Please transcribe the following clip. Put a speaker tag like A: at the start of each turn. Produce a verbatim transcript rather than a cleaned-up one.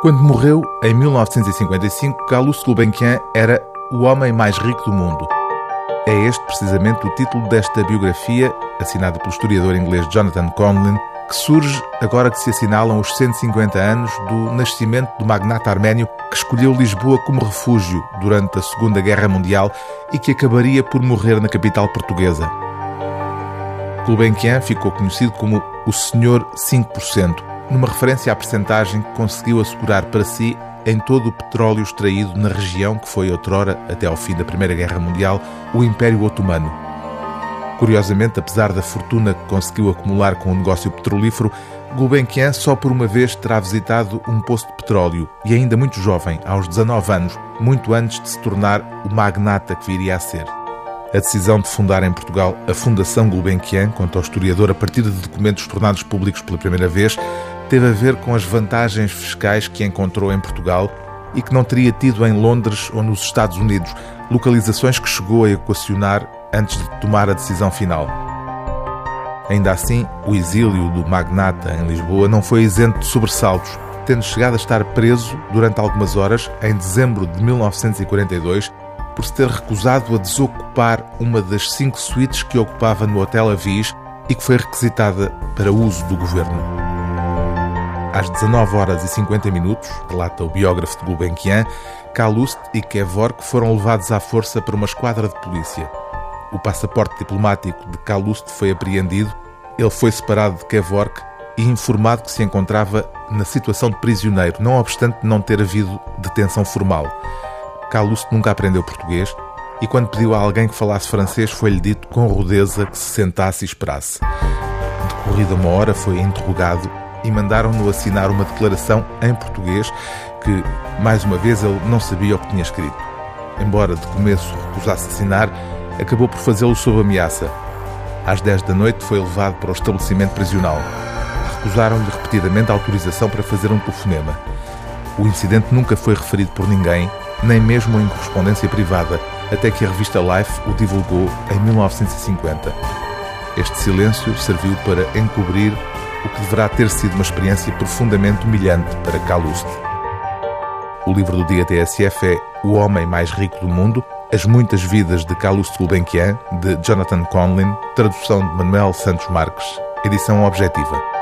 A: Quando morreu, em mil novecentos e cinquenta e cinco, Calouste Gulbenkian era o homem mais rico do mundo. É este precisamente o título desta biografia, assinada pelo historiador inglês Jonathan Conlin, que surge agora que se assinalam os cento e cinquenta anos do nascimento do magnata arménio que escolheu Lisboa como refúgio durante a Segunda Guerra Mundial e que acabaria por morrer na capital portuguesa. Gulbenkian ficou conhecido como o Senhor cinco por cento, numa referência à percentagem que conseguiu assegurar para si em todo o petróleo extraído na região que foi outrora, até ao fim da Primeira Guerra Mundial, o Império Otomano. Curiosamente, apesar da fortuna que conseguiu acumular com o negócio petrolífero, Gulbenkian só por uma vez terá visitado um poço de petróleo, e ainda muito jovem, aos dezanove anos, muito antes de se tornar o magnata que viria a ser. A decisão de fundar em Portugal a Fundação Gulbenkian, conta o historiador a partir de documentos tornados públicos pela primeira vez, teve a ver com as vantagens fiscais que encontrou em Portugal e que não teria tido em Londres ou nos Estados Unidos, localizações que chegou a equacionar antes de tomar a decisão final. Ainda assim, o exílio do magnata em Lisboa não foi isento de sobressaltos, tendo chegado a estar preso durante algumas horas, em dezembro de mil novecentos e quarenta e dois, por se ter recusado a desocupar uma das cinco suítes que ocupava no Hotel Avis e que foi requisitada para uso do governo. Às dezanove horas e cinquenta minutos, relata o biógrafo de Gulbenkian, Calouste e Kevork foram levados à força por uma esquadra de polícia. O passaporte diplomático de Calouste foi apreendido, ele foi separado de Kevork e informado que se encontrava na situação de prisioneiro, não obstante não ter havido detenção formal. Calouste nunca aprendeu português e, quando pediu a alguém que falasse francês, foi-lhe dito com rudeza que se sentasse e esperasse. Decorrida uma hora, foi interrogado e mandaram-no assinar uma declaração em português que, mais uma vez, ele não sabia o que tinha escrito. Embora de começo recusasse assinar, acabou por fazê-lo sob ameaça. Às dez da noite foi levado para o estabelecimento prisional. Recusaram-lhe repetidamente a autorização para fazer um telefonema. O incidente nunca foi referido por ninguém, nem mesmo em correspondência privada, até que a revista Life o divulgou em mil novecentos e cinquenta. Este silêncio serviu para encobrir o que deverá ter sido uma experiência profundamente humilhante para Calouste. O livro do dia T S F é O Homem Mais Rico do Mundo, As Muitas Vidas de Calouste Gulbenkian, de Jonathan Conlin, tradução de Manuel Santos Marques, edição objetiva.